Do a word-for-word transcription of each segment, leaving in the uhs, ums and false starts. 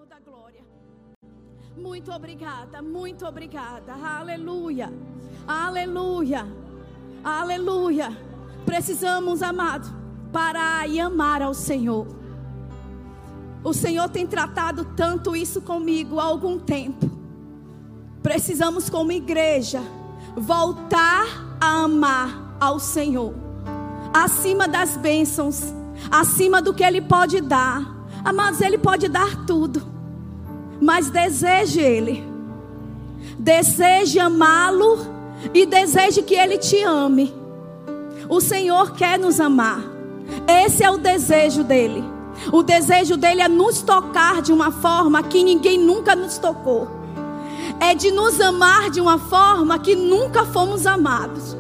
Senhor da glória. Muito obrigada, muito obrigada. Aleluia, aleluia, aleluia. Precisamos, amado, parar e amar ao Senhor. O Senhor tem tratado tanto isso comigo há algum tempo. Precisamos, como igreja, voltar a amar ao Senhor, acima das bênçãos, acima do que Ele pode dar. Amados, Ele pode dar tudo, mas deseje Ele, deseje amá-lo e deseje que Ele te ame. O Senhor quer nos amar, esse é o desejo dEle. O desejo dEle é nos tocar de uma forma que ninguém nunca nos tocou, é de nos amar de uma forma que nunca fomos amados.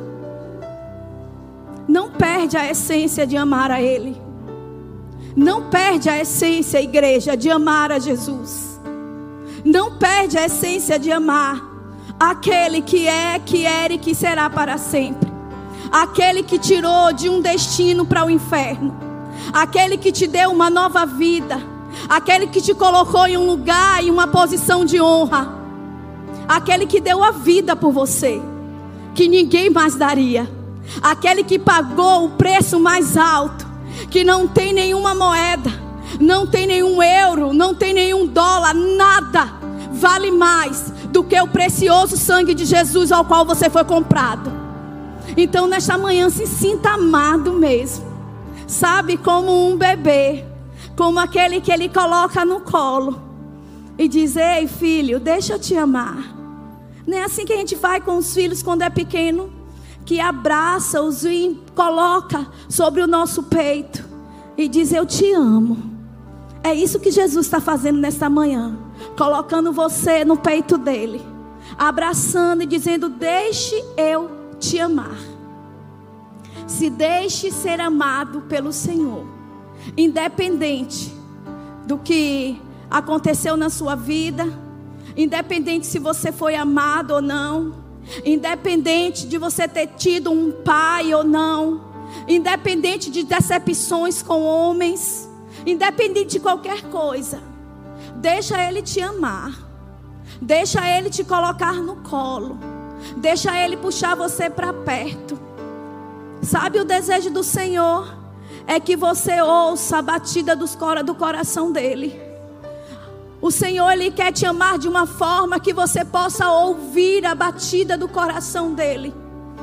Não perde a essência de amar a Ele. Não perde a essência, igreja, de amar a Jesus. Não perde a essência de amar aquele que é, que era e que será para sempre. Aquele que tirou de um destino para o inferno. Aquele que te deu uma nova vida. Aquele que te colocou em um lugar, em uma posição de honra. Aquele que deu a vida por você, que ninguém mais daria. Aquele que pagou o preço mais alto, que não tem nenhuma moeda, não tem nenhum euro, não tem nenhum dólar, nada vale mais do que o precioso sangue de Jesus ao qual você foi comprado. Então nesta manhã se sinta amado mesmo, sabe, como um bebê, como aquele que Ele coloca no colo e diz: ei filho, deixa eu te amar. Não é assim que a gente faz com os filhos quando é pequeno, que abraça-os e coloca sobre o nosso peito e diz: eu te amo. É isso que Jesus está fazendo nesta manhã, colocando você no peito dele, abraçando e dizendo: deixe eu te amar. Se deixe ser amado pelo Senhor, independente do que aconteceu na sua vida, independente se você foi amado ou não, independente de você ter tido um pai ou não, independente de decepções com homens, independente de qualquer coisa, deixa Ele te amar, deixa Ele te colocar no colo, deixa Ele puxar você para perto. Sabe, o desejo do Senhor é que você ouça a batida dos cora, do coração dEle. O Senhor, Ele quer te amar de uma forma que você possa ouvir a batida do coração dEle.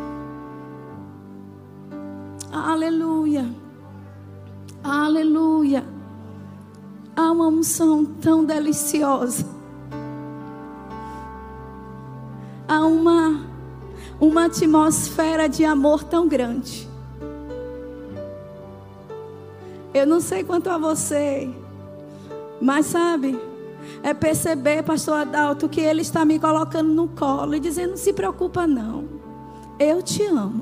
Aleluia, aleluia. Há uma unção tão deliciosa. Há uma, uma atmosfera de amor tão grande. Eu não sei quanto a você, mas sabe, é perceber, pastor Adalto, que Ele está me colocando no colo e dizendo: não se preocupa não, eu te amo.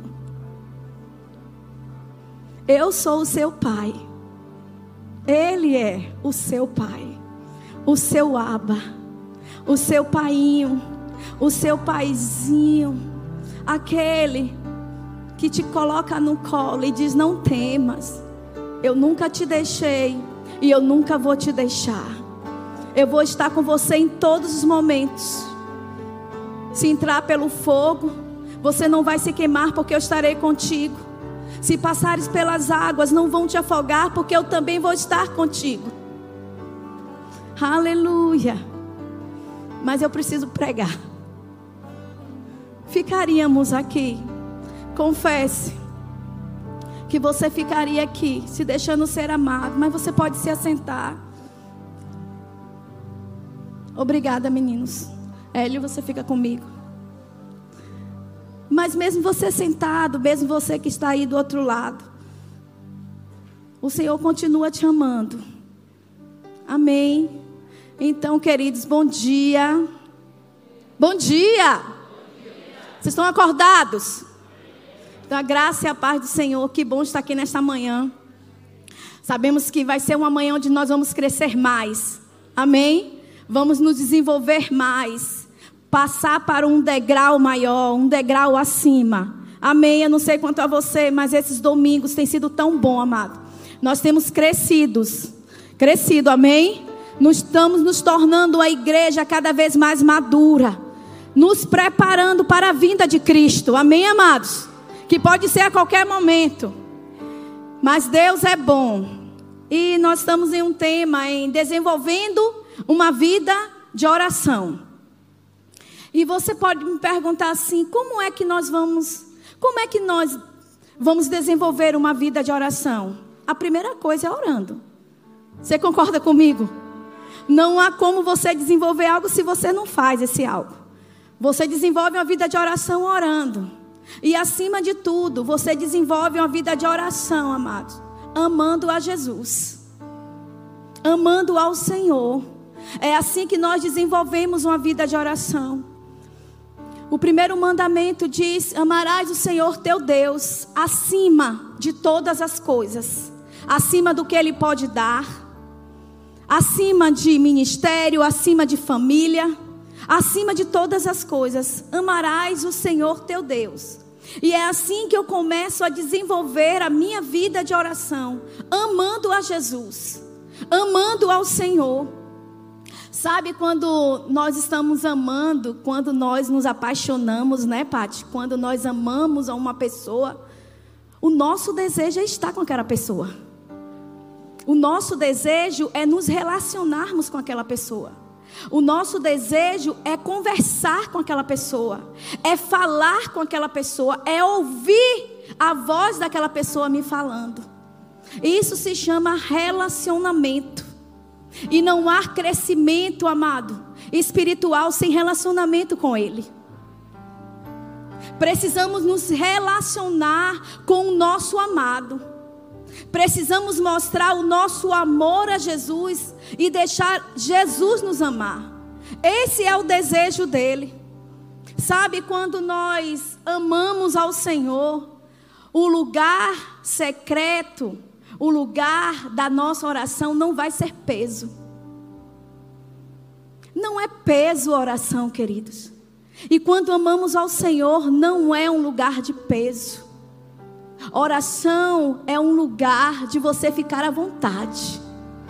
Eu sou o seu pai. Ele é o seu pai, o seu aba, o seu painho, o seu paizinho, aquele que te coloca no colo e diz: não temas, eu nunca te deixei e eu nunca vou te deixar. Eu vou estar com você em todos os momentos. Se entrar pelo fogo, você não vai se queimar, porque eu estarei contigo. Se passares pelas águas, não vão te afogar, porque eu também vou estar contigo. Aleluia. Mas eu preciso pregar. Ficaríamos aqui, confesse que você ficaria aqui se deixando ser amado, mas você pode se assentar. Obrigada, meninos. Hélio, você fica comigo. Mas mesmo você sentado, mesmo você que está aí do outro lado, o Senhor continua te amando. Amém. Então, queridos, bom dia. Bom dia. Vocês estão acordados? Então, a graça e a paz do Senhor. Que bom estar aqui nesta manhã. Sabemos que vai ser uma manhã onde nós vamos crescer mais. Amém? Vamos nos desenvolver mais. Passar para um degrau maior, um degrau acima. Amém? Eu não sei quanto a você, mas esses domingos têm sido tão bom, amado. Nós temos crescidos. Crescido, amém? Nós estamos nos tornando uma igreja cada vez mais madura, nos preparando para a vinda de Cristo. Amém, amados? Que pode ser a qualquer momento. Mas Deus é bom. E nós estamos em um tema, em desenvolvendo uma vida de oração. E você pode me perguntar assim, como é que nós vamos, como é que nós vamos desenvolver uma vida de oração? A primeira coisa é orando. Você concorda comigo? Não há como você desenvolver algo se você não faz esse algo. Você desenvolve uma vida de oração orando. E acima de tudo, você desenvolve uma vida de oração, amados, amando a Jesus, amando ao Senhor. É assim que nós desenvolvemos uma vida de oração. O primeiro mandamento diz: amarás o Senhor teu Deus acima de todas as coisas, acima do que Ele pode dar, acima de ministério, acima de família, acima de todas as coisas. Amarás o Senhor teu Deus. E é assim que eu começo a desenvolver a minha vida de oração, amando a Jesus, amando ao Senhor. Sabe quando nós estamos amando, quando nós nos apaixonamos, né, Paty? Quando nós amamos a uma pessoa, o nosso desejo é estar com aquela pessoa. O nosso desejo é nos relacionarmos com aquela pessoa. O nosso desejo é conversar com aquela pessoa, é falar com aquela pessoa, é ouvir a voz daquela pessoa me falando. Isso se chama relacionamento. E não há crescimento, amado, espiritual sem relacionamento com Ele. Precisamos nos relacionar com o nosso amado. Precisamos mostrar o nosso amor a Jesus e deixar Jesus nos amar. Esse é o desejo dele. Sabe, quando nós amamos ao Senhor, o lugar secreto, o lugar da nossa oração não vai ser peso. Não é peso a oração, queridos. E quando amamos ao Senhor, não é um lugar de peso. Oração é um lugar de você ficar à vontade.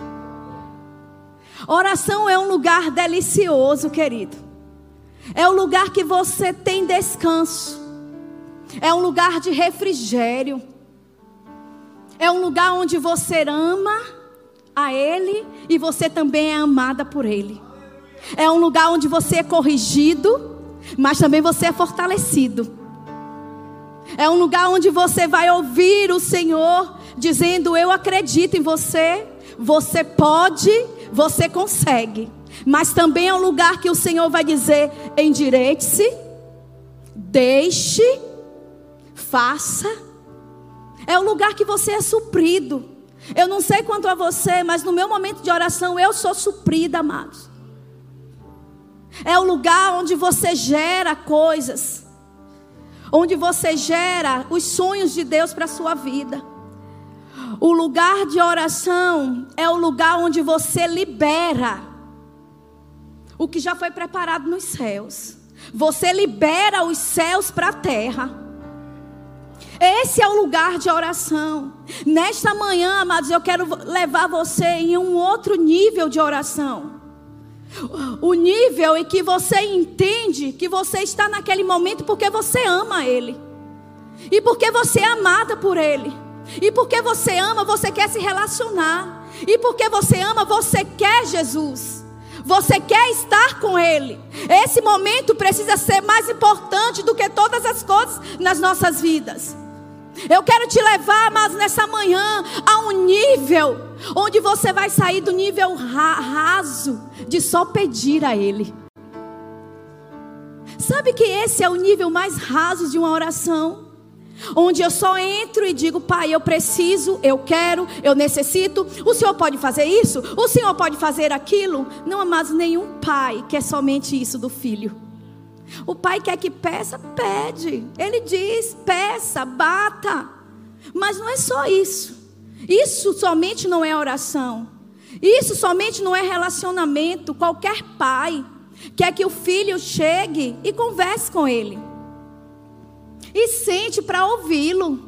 Oração é um lugar delicioso, querido. É um lugar que você tem descanso. É um lugar de refrigério. É um lugar onde você ama a Ele e você também é amada por Ele. É um lugar onde você é corrigido, mas também você é fortalecido. É um lugar onde você vai ouvir o Senhor dizendo: eu acredito em você, você pode, você consegue. Mas também é um lugar que o Senhor vai dizer: endireite-se, deixe, faça. É um lugar que você é suprido. Eu não sei quanto a você, mas no meu momento de oração eu sou suprida, amados. É o lugar onde você gera coisas, onde você gera os sonhos de Deus para a sua vida. O lugar de oração é o lugar onde você libera o que já foi preparado nos céus. Você libera os céus para a terra. Esse é o lugar de oração. Nesta manhã, amados, eu quero levar você em um outro nível de oração. O nível em que você entende que você está naquele momento porque você ama Ele. E porque você é amada por Ele. E porque você ama, você quer se relacionar. E porque você ama, você quer Jesus. Você quer estar com Ele. Esse momento precisa ser mais importante do que todas as coisas nas nossas vidas. Eu quero te levar, mas nessa manhã, a um nível onde você vai sair do nível raso de só pedir a Ele. Sabe que esse é o nível mais raso de uma oração? Onde eu só entro e digo: Pai, eu preciso, eu quero, eu necessito. O Senhor pode fazer isso? O Senhor pode fazer aquilo? Não, mas nenhum pai quer somente isso do filho. O pai quer que peça, pede. Ele diz: peça, bata. Mas não é só isso. Isso somente não é oração. Isso somente não é relacionamento. Qualquer pai quer que o filho chegue e converse com ele. E sente para ouvi-lo.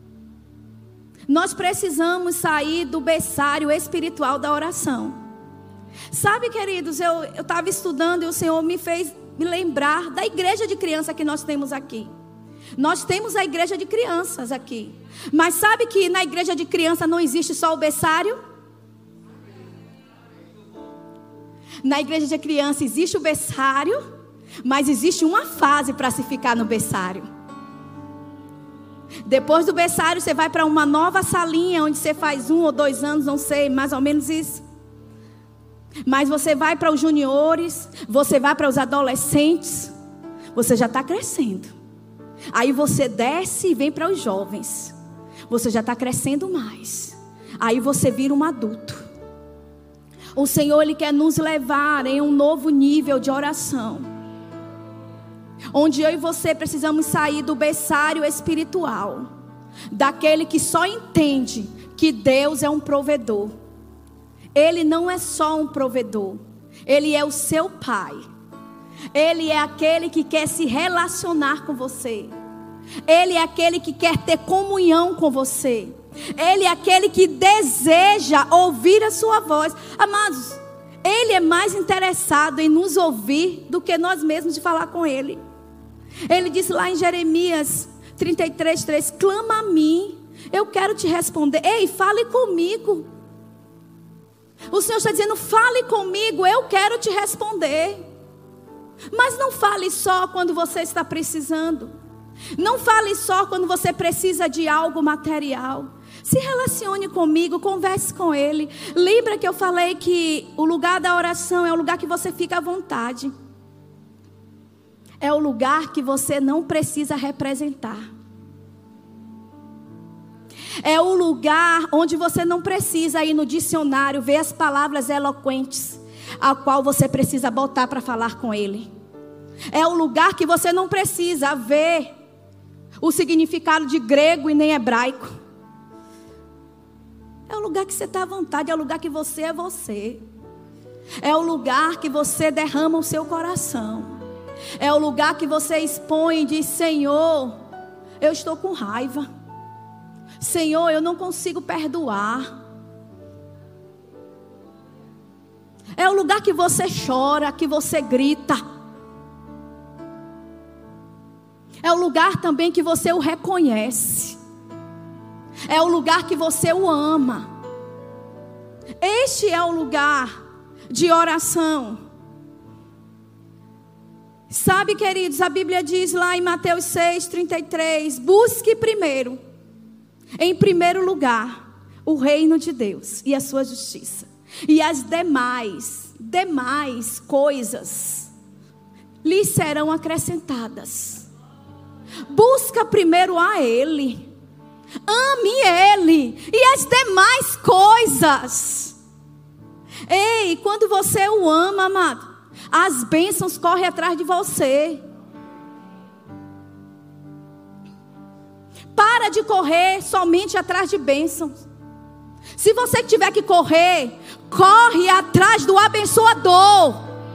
Nós precisamos sair do berçário espiritual da oração. Sabe, queridos, eu estava estudando e o Senhor me fez me lembrar da igreja de criança que nós temos aqui. Nós temos a igreja de crianças aqui. Mas sabe que na igreja de criança não existe só o berçário? Na igreja de criança existe o berçário, mas existe uma fase para se ficar no berçário. Depois do berçário você vai para uma nova salinha, onde você faz um ou dois anos, não sei, mais ou menos isso. Mas você vai para os juniores, você vai para os adolescentes, você já está crescendo. Aí você desce e vem para os jovens, você já está crescendo mais. Aí você vira um adulto. O Senhor, Ele quer nos levar em um novo nível de oração, onde eu e você precisamos sair do berçário espiritual, daquele que só entende que Deus é um provedor. Ele não é só um provedor, Ele é o seu pai. Ele é aquele que quer se relacionar com você. Ele é aquele que quer ter comunhão com você. Ele é aquele que deseja ouvir a sua voz. Amados, Ele é mais interessado em nos ouvir do que nós mesmos de falar com Ele. Ele disse lá em Jeremias trinta e três, três: clama a mim, eu quero te responder. Ei, fale comigo. O Senhor está dizendo: fale comigo, eu quero te responder. Mas não fale só quando você está precisando. Não fale só quando você precisa de algo material. Se relacione comigo, converse com Ele. Lembra que eu falei que o lugar da oração é o lugar que você fica à vontade. É o lugar que você não precisa representar. É o lugar onde você não precisa ir no dicionário ver as palavras eloquentes a qual você precisa botar para falar com Ele. É o lugar que você não precisa ver o significado de grego e nem hebraico. É o lugar que você está à vontade, é o lugar que você é você. É o lugar que você derrama o seu coração. É o lugar que você expõe e diz: Senhor, eu estou com raiva. Senhor, eu não consigo perdoar. É o lugar que você chora, que você grita. É o lugar também que você o reconhece. É o lugar que você o ama. Este é o lugar de oração. Sabe, queridos, a Bíblia diz lá em Mateus seis, trinta e três: busque primeiro, em primeiro lugar, o reino de Deus e a sua justiça, e as demais, demais coisas lhe serão acrescentadas. Busca primeiro a Ele, ame Ele e as demais coisas. Ei, quando você o ama, amado, as bênçãos correm atrás de você. Para de correr somente atrás de bênçãos. Se você tiver que correr, corre atrás do abençoador.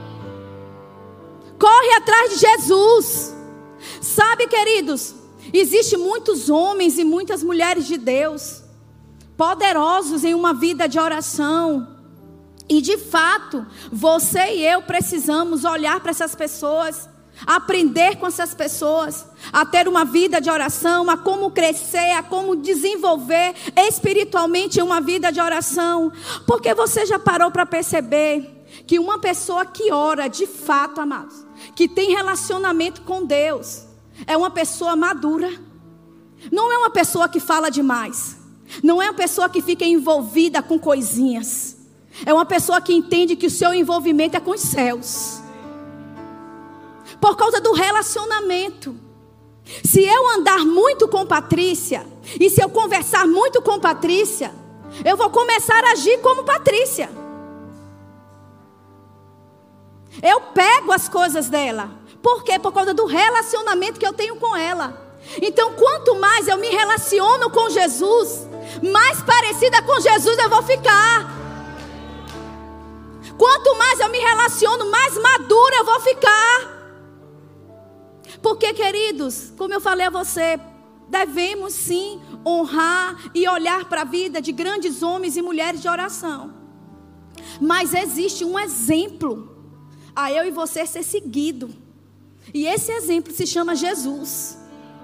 Corre atrás de Jesus. Sabe, queridos, existem muitos homens e muitas mulheres de Deus, poderosos em uma vida de oração. E de fato, você e eu precisamos olhar para essas pessoas, aprender com essas pessoas, a ter uma vida de oração, a como crescer, a como desenvolver espiritualmente uma vida de oração. Porque você já parou para perceber que uma pessoa que ora de fato, amados, que tem relacionamento com Deus, é uma pessoa madura. Não é uma pessoa que fala demais. Não é uma pessoa que fica envolvida com coisinhas. É uma pessoa que entende que o seu envolvimento é com os céus. Por causa do relacionamento. Se eu andar muito com Patrícia, e se eu conversar muito com Patrícia, eu vou começar a agir como Patrícia. Eu pego as coisas dela. Por quê? Por causa do relacionamento que eu tenho com ela. Então, quanto mais eu me relaciono com Jesus, mais parecida com Jesus eu vou ficar. Quanto mais eu me relaciono, mais madura eu vou ficar. Porque, queridos, como eu falei a você, devemos sim honrar e olhar para a vida de grandes homens e mulheres de oração. Mas existe um exemplo a eu e você ser seguido. E esse exemplo se chama Jesus.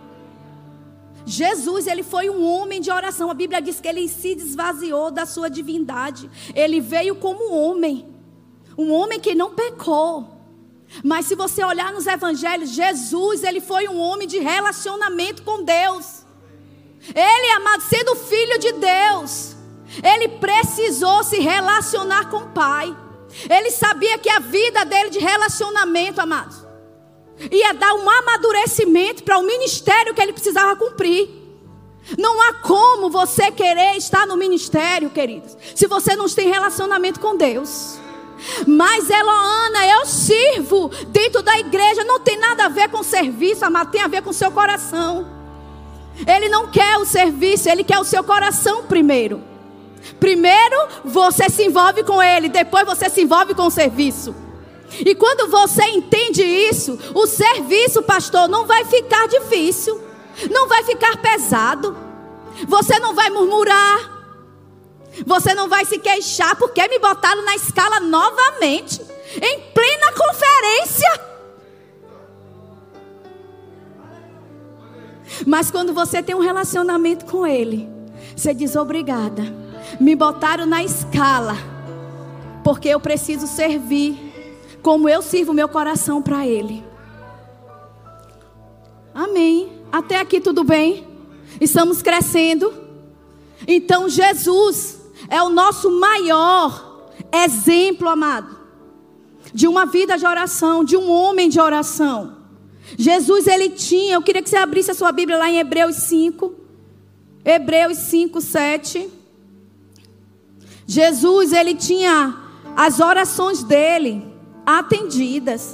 Jesus, ele foi um homem de oração. A Bíblia diz que ele se esvaziou da sua divindade. Ele veio como homem. Um homem que não pecou. Mas se você olhar nos evangelhos, Jesus, ele foi um homem de relacionamento com Deus. Ele, amado, sendo filho de Deus, ele precisou se relacionar com o Pai. Ele sabia que a vida dele de relacionamento, amados, ia dar um amadurecimento para o ministério que ele precisava cumprir. Não há como você querer estar no ministério, queridos, se você não tem relacionamento com Deus. Mas Eloana, eu sirvo dentro da igreja, não tem nada a ver com serviço, amado, tem a ver com o seu coração. Ele não quer o serviço, ele quer o seu coração primeiro. Primeiro você se envolve com ele, depois você se envolve com o serviço. E quando você entende isso, o serviço, pastor, não vai ficar difícil, não vai ficar pesado. Você não vai murmurar, você não vai se queixar porque me botaram na escala novamente, em plena conferência. Mas quando você tem um relacionamento com ele, você diz: obrigada, me botaram na escala, porque eu preciso servir como eu sirvo meu coração para ele. Amém. Até aqui tudo bem? Estamos crescendo. Então Jesus é o nosso maior exemplo, amado, de uma vida de oração, de um homem de oração. Jesus, ele tinha, eu queria que você abrisse a sua Bíblia lá em Hebreus cinco. Hebreus cinco, sete. Jesus, ele tinha as orações dele atendidas,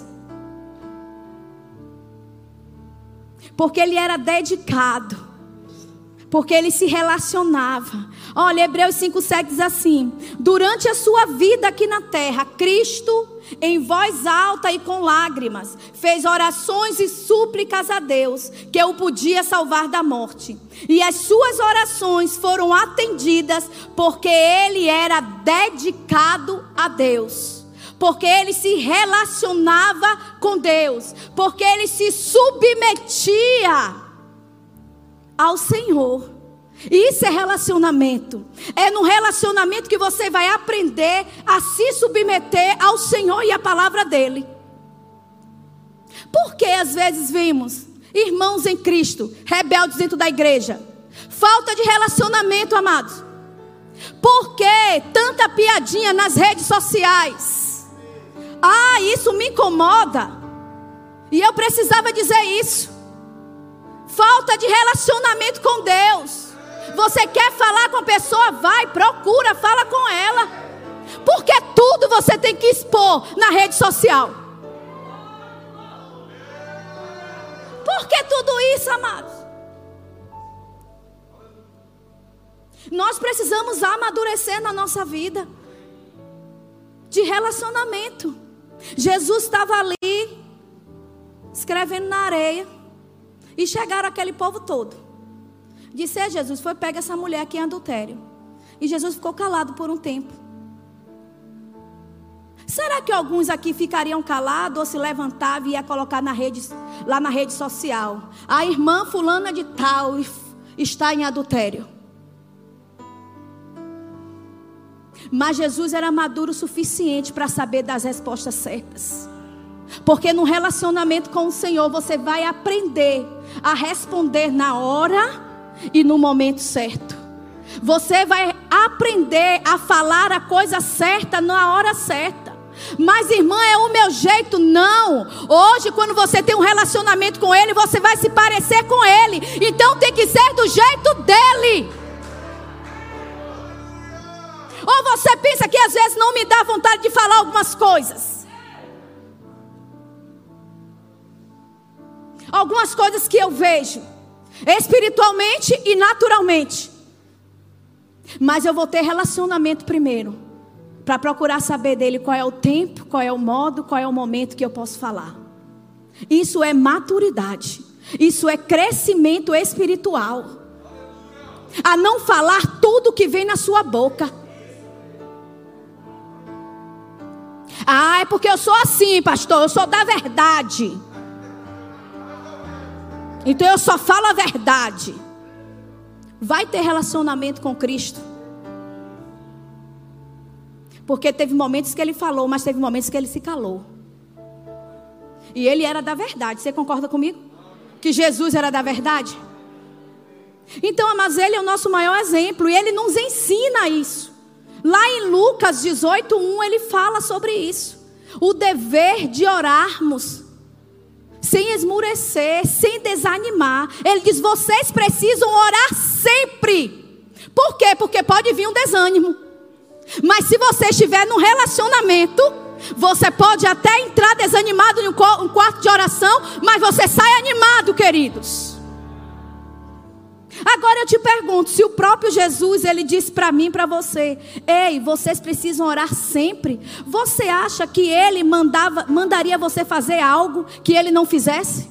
porque ele era dedicado, porque ele se relacionava. Olha, Hebreus cinco, sete diz assim: durante a sua vida aqui na terra, Cristo, em voz alta e com lágrimas, fez orações e súplicas a Deus, que o podia salvar da morte. E as suas orações foram atendidas, porque ele era dedicado a Deus, porque ele se relacionava com Deus, porque ele se submetia ao Senhor. Isso é relacionamento. É no relacionamento que você vai aprender a se submeter ao Senhor e à palavra dele. Porque às vezes vimos irmãos em Cristo rebeldes dentro da igreja? Falta de relacionamento, amados. Por que tanta piadinha nas redes sociais? Ah, isso me incomoda. E eu precisava dizer isso. Falta de relacionamento com Deus. Você quer falar com a pessoa? Vai, procura, fala com ela. Porque tudo você tem que expor na rede social. Por que tudo isso, amados? Nós precisamos amadurecer na nossa vida de relacionamento. Jesus estava ali escrevendo na areia e chegaram aquele povo todo. Disse: é, Jesus, foi pega essa mulher aqui em adultério. E Jesus ficou calado por um tempo. Será que alguns aqui ficariam calados ou se levantavam e ia colocar na rede, lá na rede social: a irmã fulana de tal está em adultério? Mas Jesus era maduro o suficiente para saber das respostas certas. Porque no relacionamento com o Senhor você vai aprender a responder na hora e no momento certo. Você vai aprender a falar a coisa certa na hora certa. Mas irmã, é o meu jeito? Não. Hoje, quando você tem um relacionamento com ele, você vai se parecer com ele. Então tem que ser do jeito dele. Ou você pensa que às vezes não me dá vontade de falar algumas coisas? Algumas coisas que eu vejo espiritualmente e naturalmente. Mas eu vou ter relacionamento primeiro, para procurar saber dele qual é o tempo, qual é o modo, qual é o momento que eu posso falar. Isso é maturidade. Isso é crescimento espiritual. A não falar tudo que vem na sua boca. Ah, é porque eu sou assim, pastor, eu sou da verdade. Então eu só falo a verdade. Vai ter relacionamento com Cristo. Porque teve momentos que ele falou, mas teve momentos que ele se calou. E ele era da verdade. Você concorda comigo? Que Jesus era da verdade? Então, mas ele é o nosso maior exemplo. E ele nos ensina isso. Lá em Lucas dezoito, um, ele fala sobre isso. O dever de orarmos sem esmurecer, sem desanimar. Ele diz, vocês precisam orar sempre. Por quê? Porque pode vir um desânimo. Mas se você estiver num relacionamento, você pode até entrar desanimado em um quarto de oração, mas você sai animado, queridos. Agora eu te pergunto, se o próprio Jesus, ele disse para mim e para você, ei, vocês precisam orar sempre. Você acha que ele mandava, mandaria você fazer algo que ele não fizesse?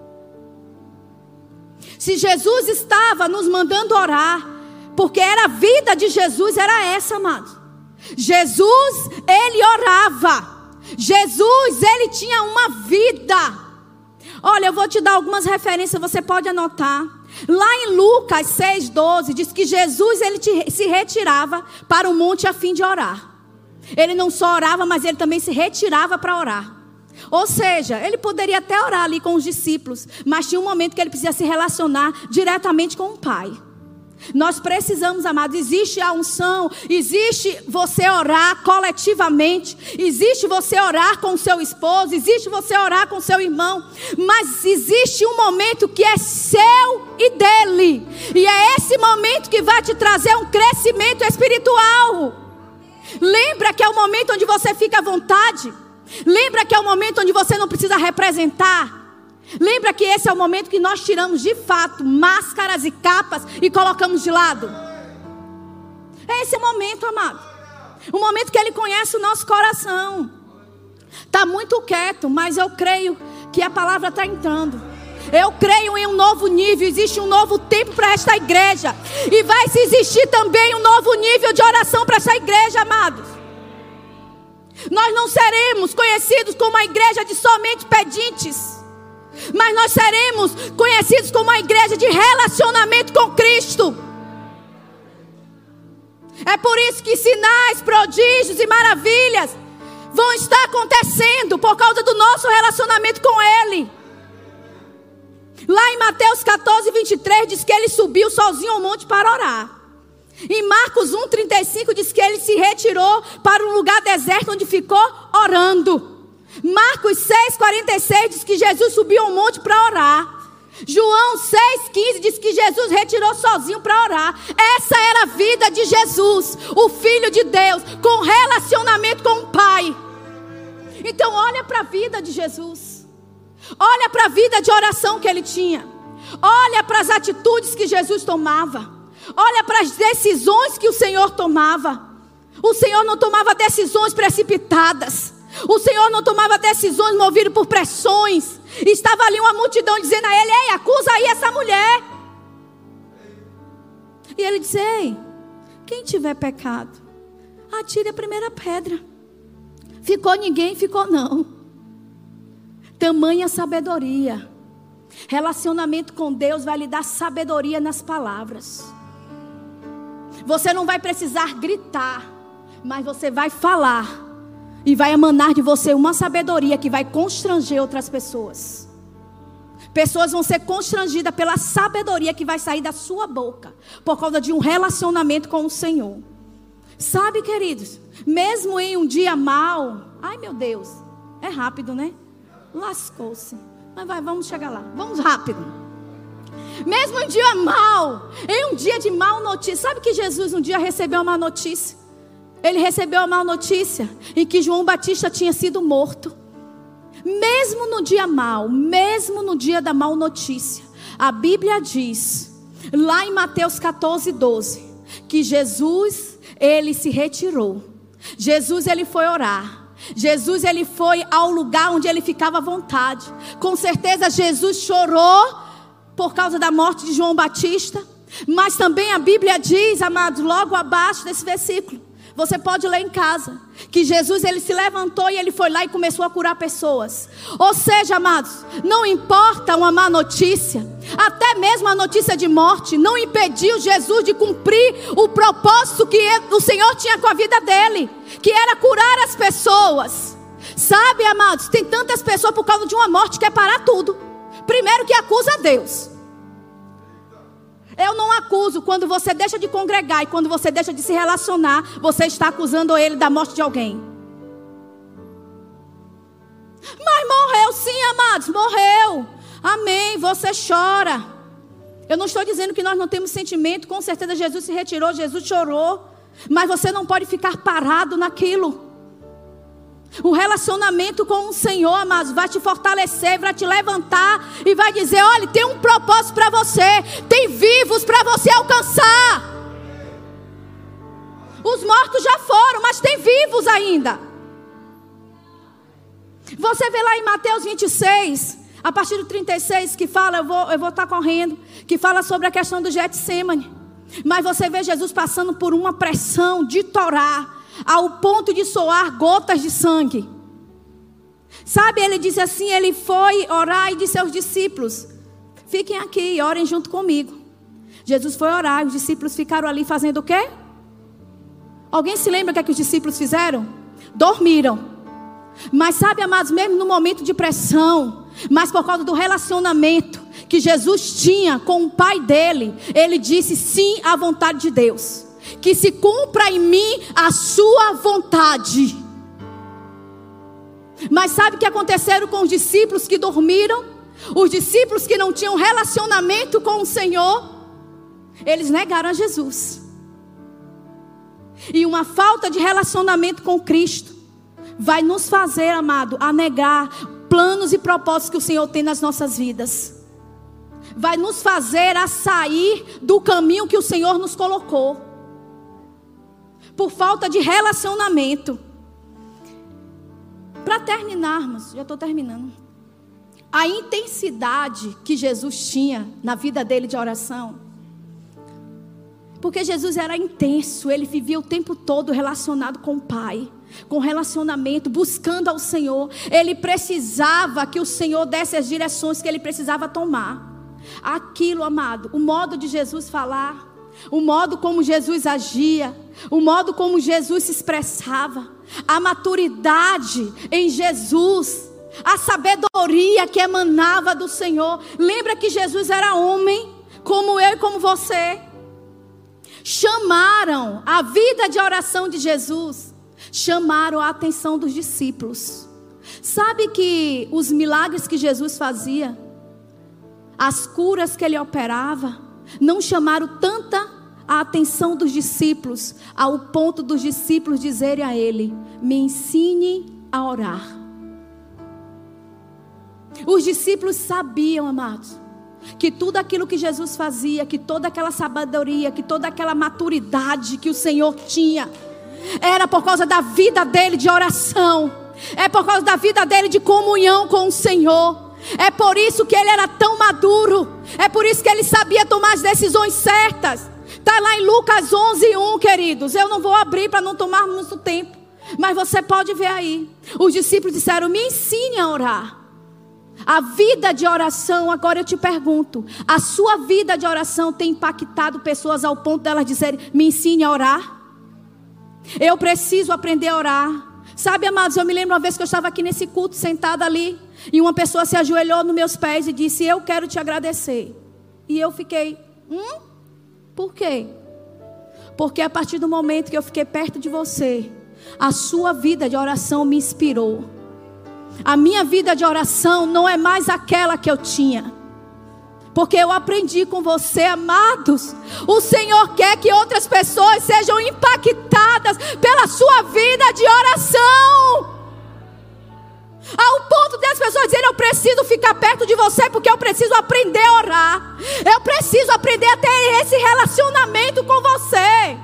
Se Jesus estava nos mandando orar, porque era a vida de Jesus, era essa, amado. Jesus, ele orava. Jesus, ele tinha uma vida. Olha, eu vou te dar algumas referências, você pode anotar. Lá em Lucas seis, doze, diz que Jesus, ele te, se retirava para o monte a fim de orar. Ele não só orava, mas ele também se retirava para orar. Ou seja, ele poderia até orar ali com os discípulos, mas tinha um momento que ele precisava se relacionar diretamente com o Pai. Nós precisamos, amados, existe a unção, existe você orar coletivamente, existe você orar com o seu esposo, existe você orar com o seu irmão, mas existe um momento que é seu e dele, e é esse momento que vai te trazer um crescimento espiritual. Lembra que é o momento onde você fica à vontade, lembra que é o momento onde você não precisa representar. Lembra que esse é o momento que nós tiramos de fato máscaras e capas e colocamos de lado. É esse momento, amado. O momento que ele conhece o nosso coração. Está muito quieto, mas eu creio que a palavra está entrando. Eu creio em um novo nível. Existe um novo tempo para esta igreja. E vai se existir também um novo nível de oração para esta igreja, amados. Nós não seremos conhecidos como uma igreja de somente pedintes, mas nós seremos conhecidos como uma igreja de relacionamento com Cristo. É por isso que sinais, prodígios e maravilhas vão estar acontecendo por causa do nosso relacionamento com Ele. Lá em Mateus catorze, vinte e três diz que ele subiu sozinho ao monte para orar. Em Marcos um, trinta e cinco diz que ele se retirou para um lugar deserto onde ficou orando. Marcos seis, quarenta e seis diz que Jesus subiu ao monte para orar. João seis, quinze diz que Jesus retirou sozinho para orar. Essa era a vida de Jesus, o Filho de Deus, com relacionamento com o Pai. Então olha para a vida de Jesus. Olha para a vida de oração que ele tinha. Olha para as atitudes que Jesus tomava. Olha para as decisões que o Senhor tomava. O Senhor não tomava decisões precipitadas. O Senhor não tomava decisões movido por pressões. Estava ali uma multidão dizendo a ele: ei, acusa aí essa mulher. E ele disse: ei, quem tiver pecado, atire a primeira pedra. Ficou ninguém, ficou não. Tamanha sabedoria. Relacionamento com Deus vai lhe dar sabedoria nas palavras. Você não vai precisar gritar, mas você vai falar. E vai emanar de você uma sabedoria que vai constranger outras pessoas. Pessoas vão ser constrangidas pela sabedoria que vai sair da sua boca, por causa de um relacionamento com o Senhor. Sabe, queridos, mesmo em um dia mau, ai meu Deus, é rápido, né? Lascou-se. Mas vai, vamos chegar lá, vamos rápido. Mesmo em um dia mau, em um dia de mau notícia. Sabe que Jesus um dia recebeu uma notícia? Ele recebeu a má notícia em que João Batista tinha sido morto. Mesmo no dia mau, mesmo no dia da má notícia, a Bíblia diz, lá em Mateus catorze, doze, que Jesus, ele se retirou. Jesus, ele foi orar. Jesus, ele foi ao lugar onde ele ficava à vontade. Com certeza Jesus chorou por causa da morte de João Batista. Mas também a Bíblia diz, amados, logo abaixo desse versículo, Você pode ler em casa que Jesus, ele se levantou e ele foi lá e começou a curar pessoas. Ou seja, amados, não importa uma má notícia, até mesmo a notícia de morte não impediu Jesus de cumprir o propósito que ele, o Senhor tinha com a vida dele, que era curar as pessoas. Sabe, amados, tem tantas pessoas por causa de uma morte que quer parar tudo. Primeiro que acusa a Deus. Eu não acuso. Quando você deixa de congregar e quando você deixa de se relacionar, você está acusando ele da morte de alguém. Mas morreu sim, amados, morreu. Amém, você chora. Eu não estou dizendo que nós não temos sentimento. Com certeza Jesus se retirou, Jesus chorou. Mas você não pode ficar parado naquilo. O relacionamento com o Senhor, amados, vai te fortalecer, vai te levantar e vai dizer: olha, tem um propósito para você, tem vivos para você alcançar. Os mortos já foram, mas tem vivos ainda. Você vê lá em Mateus vinte e seis, a partir do trinta e seis, que fala, eu vou, eu vou estar correndo, que fala sobre a questão do Getsêmani. Mas você vê Jesus passando por uma pressão de torar, ao ponto de soar gotas de sangue. Sabe, ele disse assim, ele foi orar e disse aos discípulos: fiquem aqui e orem junto comigo. Jesus foi orar e os discípulos ficaram ali fazendo o quê? Alguém se lembra o que, é que os discípulos fizeram? Dormiram. Mas sabe, amados, mesmo no momento de pressão, mas por causa do relacionamento que Jesus tinha com o Pai dele, ele disse sim à vontade de Deus. Que se cumpra em mim a sua vontade. Mas sabe o que aconteceram com os discípulos que dormiram? Os discípulos que não tinham relacionamento com o Senhor, eles negaram a Jesus. E uma falta de relacionamento com Cristo vai nos fazer, amado, a negar planos e propósitos que o Senhor tem nas nossas vidas. Vai nos fazer a sair do caminho que o Senhor nos colocou. Por falta de relacionamento. Para terminarmos, já estou terminando. A intensidade que Jesus tinha na vida dele de oração. Porque Jesus era intenso, ele vivia o tempo todo relacionado com o Pai, com relacionamento, buscando ao Senhor. Ele precisava que o Senhor desse as direções que ele precisava tomar. Aquilo, amado, o modo de Jesus falar, o modo como Jesus agia, o modo como Jesus se expressava, a maturidade em Jesus, a sabedoria que emanava do Senhor. Lembra que Jesus era homem, como eu e como você. Chamaram a vida de oração de Jesus, chamaram a atenção dos discípulos. Sabe que os milagres que Jesus fazia, as curas que ele operava, não chamaram tanta a atenção dos discípulos, ao ponto dos discípulos dizerem a ele: me ensine a orar. Os discípulos sabiam, amados, que tudo aquilo que Jesus fazia, que toda aquela sabedoria, que toda aquela maturidade que o Senhor tinha, era por causa da vida dele de oração, é por causa da vida dele de comunhão com o Senhor. É por isso que ele era tão maduro, é por isso que ele sabia tomar as decisões certas. Está lá em Lucas onze, um, queridos. Eu não vou abrir para não tomar muito tempo, mas você pode ver aí. Os discípulos disseram: me ensine a orar. A vida de oração, agora eu te pergunto, a sua vida de oração tem impactado pessoas ao ponto delas dizerem: me ensine a orar? Eu preciso aprender a orar. Sabe, amados, eu me lembro uma vez que eu estava aqui nesse culto, sentada ali, e uma pessoa se ajoelhou nos meus pés e disse: eu quero te agradecer. E eu fiquei, hum? Por quê? Porque a partir do momento que eu fiquei perto de você, a sua vida de oração me inspirou. A minha vida de oração não é mais aquela que eu tinha, porque eu aprendi com você, amados. O Senhor quer que outras pessoas sejam impactadas pela sua vida de oração, ao ponto de as pessoas dizerem: eu preciso ficar perto de você, porque eu preciso aprender a orar, eu preciso aprender a ter esse relacionamento com você.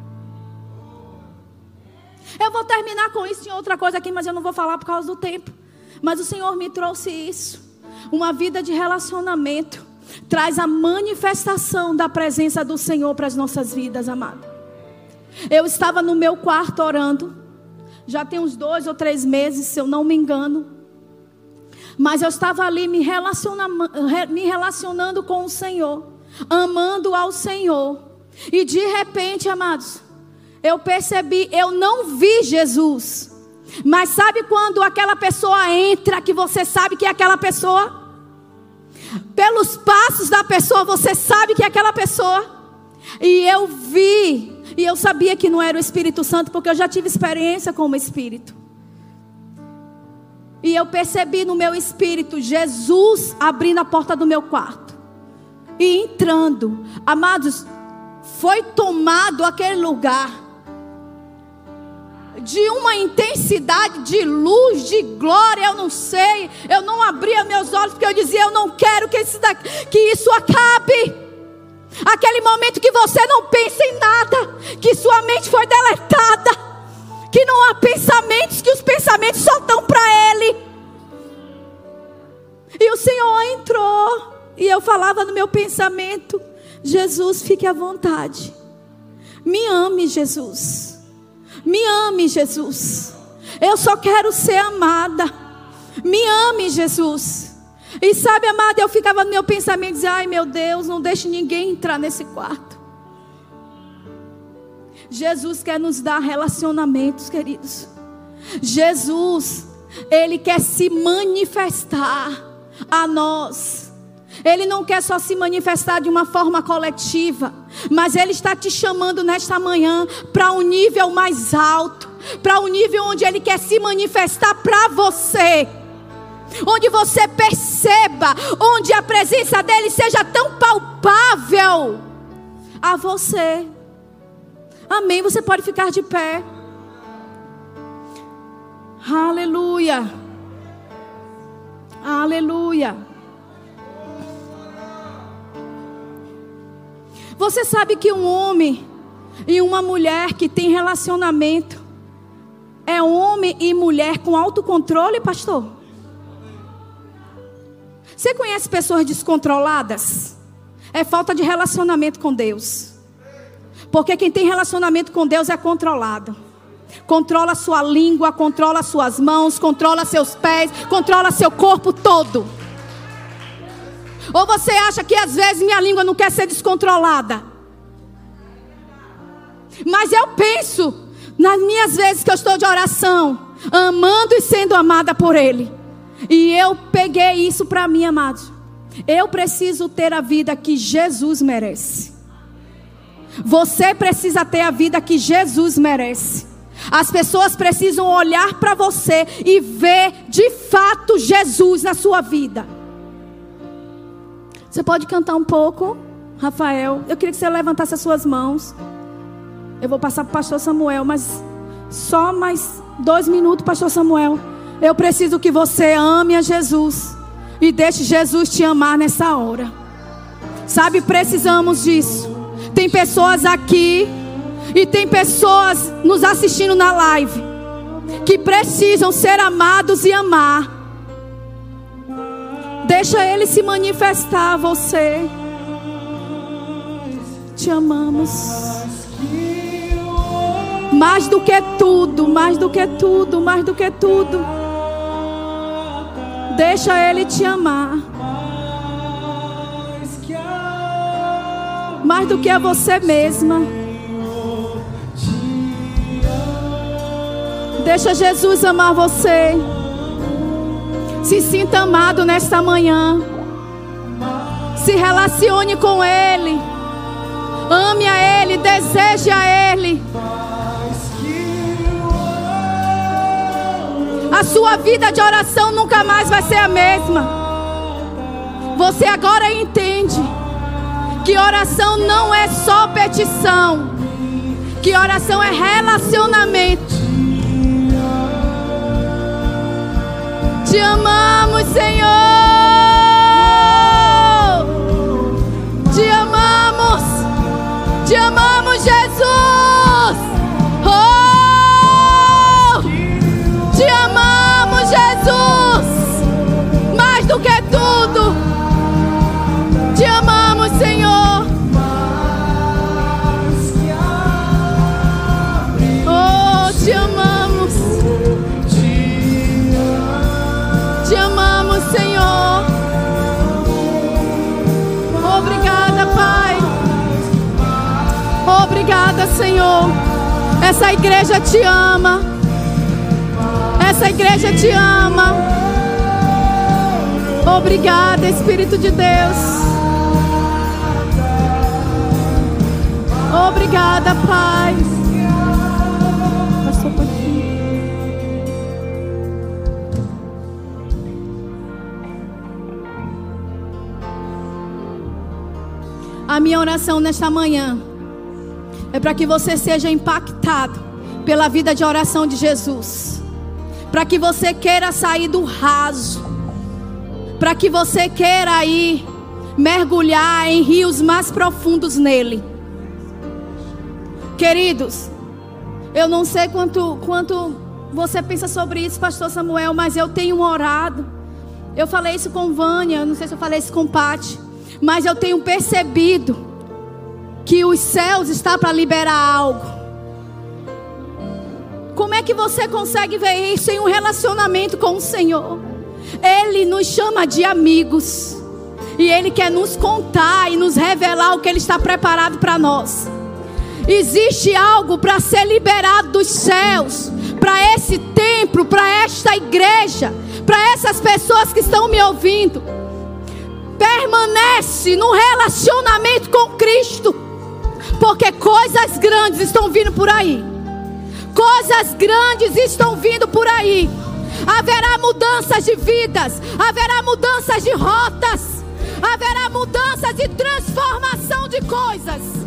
Eu vou terminar com isso em outra coisa aqui, mas eu não vou falar por causa do tempo. Mas o Senhor me trouxe isso. Uma vida de relacionamento traz a manifestação da presença do Senhor para as nossas vidas, amado. Eu estava no meu quarto orando. Já tem uns dois ou três meses, se eu não me engano. Mas eu estava ali me, relaciona, me relacionando com o Senhor, amando ao Senhor. E de repente, amados, eu percebi, eu não vi Jesus. Mas sabe quando aquela pessoa entra, que você sabe que é aquela pessoa? Pelos passos da pessoa, você sabe que é aquela pessoa. E eu vi, e eu sabia que não era o Espírito Santo, porque eu já tive experiência com o Espírito. E eu percebi no meu espírito Jesus abrindo a porta do meu quarto e entrando. Amados, foi tomado aquele lugar de uma intensidade de luz, de glória. Eu não sei, eu não abria meus olhos, porque eu dizia, eu não quero que isso, daqui, que isso acabe. Aquele momento que você não pensa em nada, que sua mente foi deletada, que não há pensamentos, que os pensamentos só estão para Ele. E o Senhor entrou, e eu falava no meu pensamento, Jesus, fique à vontade, me ame, Jesus, me ame, Jesus, eu só quero ser amada, me ame, Jesus. E sabe, amada, eu ficava no meu pensamento, dizia, ai meu Deus, não deixe ninguém entrar nesse quarto. Jesus quer nos dar relacionamentos, queridos. Jesus, Ele quer se manifestar a nós. Ele não quer só se manifestar de uma forma coletiva, mas Ele está te chamando nesta manhã para um nível mais alto, para um nível onde Ele quer se manifestar para você, onde você perceba, onde a presença dEle seja tão palpável a você. Amém, você pode ficar de pé. Aleluia. Aleluia. Você sabe que um homem e uma mulher que tem relacionamento é homem e mulher com autocontrole, pastor? Você conhece pessoas descontroladas? É falta de relacionamento com Deus. Porque quem tem relacionamento com Deus é controlado. Controla sua língua, controla suas mãos, controla seus pés, controla seu corpo todo. Ou você acha que às vezes minha língua não quer ser descontrolada? Mas eu penso nas minhas vezes que eu estou de oração, amando e sendo amada por Ele. E eu peguei isso para mim, amados. Eu preciso ter a vida que Jesus merece. Você precisa ter a vida que Jesus merece. As pessoas precisam olhar para você e ver de fato Jesus na sua vida. Você pode cantar um pouco, Rafael? Eu queria que você levantasse as suas mãos. Eu vou passar para o pastor Samuel, mas só mais dois minutos, pastor Samuel. Eu preciso que você ame a Jesus e deixe Jesus te amar nessa hora. Sabe, precisamos disso. Tem pessoas aqui e tem pessoas nos assistindo na live que precisam ser amados e amar. Deixa Ele se manifestar a você. Te amamos. Mais do que tudo, mais do que tudo, mais do que tudo. Deixa Ele te amar. Mais do que a você mesma. Deixa Jesus amar você. Se sinta amado nesta manhã. Se relacione com Ele. Ame a Ele, deseje a Ele. A sua vida de oração nunca mais vai ser a mesma. Você agora entende que oração não é só petição, que oração é relacionamento. Te amamos, Senhor. Te amamos. Te amamos, Jesus. Oh! Te amamos, Jesus. Mais do que tudo. Te amamos, Senhor. Senhor. Essa igreja te ama. Essa igreja te ama. Obrigada, Espírito de Deus. Obrigada, Pai. Passou por aqui. A minha oração nesta manhã é para que você seja impactado pela vida de oração de Jesus. Para que você queira sair do raso. Para que você queira ir mergulhar em rios mais profundos nele. Queridos, eu não sei quanto, quanto você pensa sobre isso, pastor Samuel, mas eu tenho orado. Eu falei isso com Vânia, não sei se eu falei isso com Pati, mas eu tenho percebido que os céus estão para liberar algo. Como é que você consegue ver isso em um relacionamento com o Senhor? Ele nos chama de amigos. E Ele quer nos contar e nos revelar o que Ele está preparado para nós. Existe algo para ser liberado dos céus, para esse templo, para esta igreja, para essas pessoas que estão me ouvindo. Permanece no relacionamento com Cristo, porque coisas grandes estão vindo por aí. Coisas grandes estão vindo por aí. Haverá mudanças de vidas, haverá mudanças de rotas, haverá mudanças de transformação de coisas.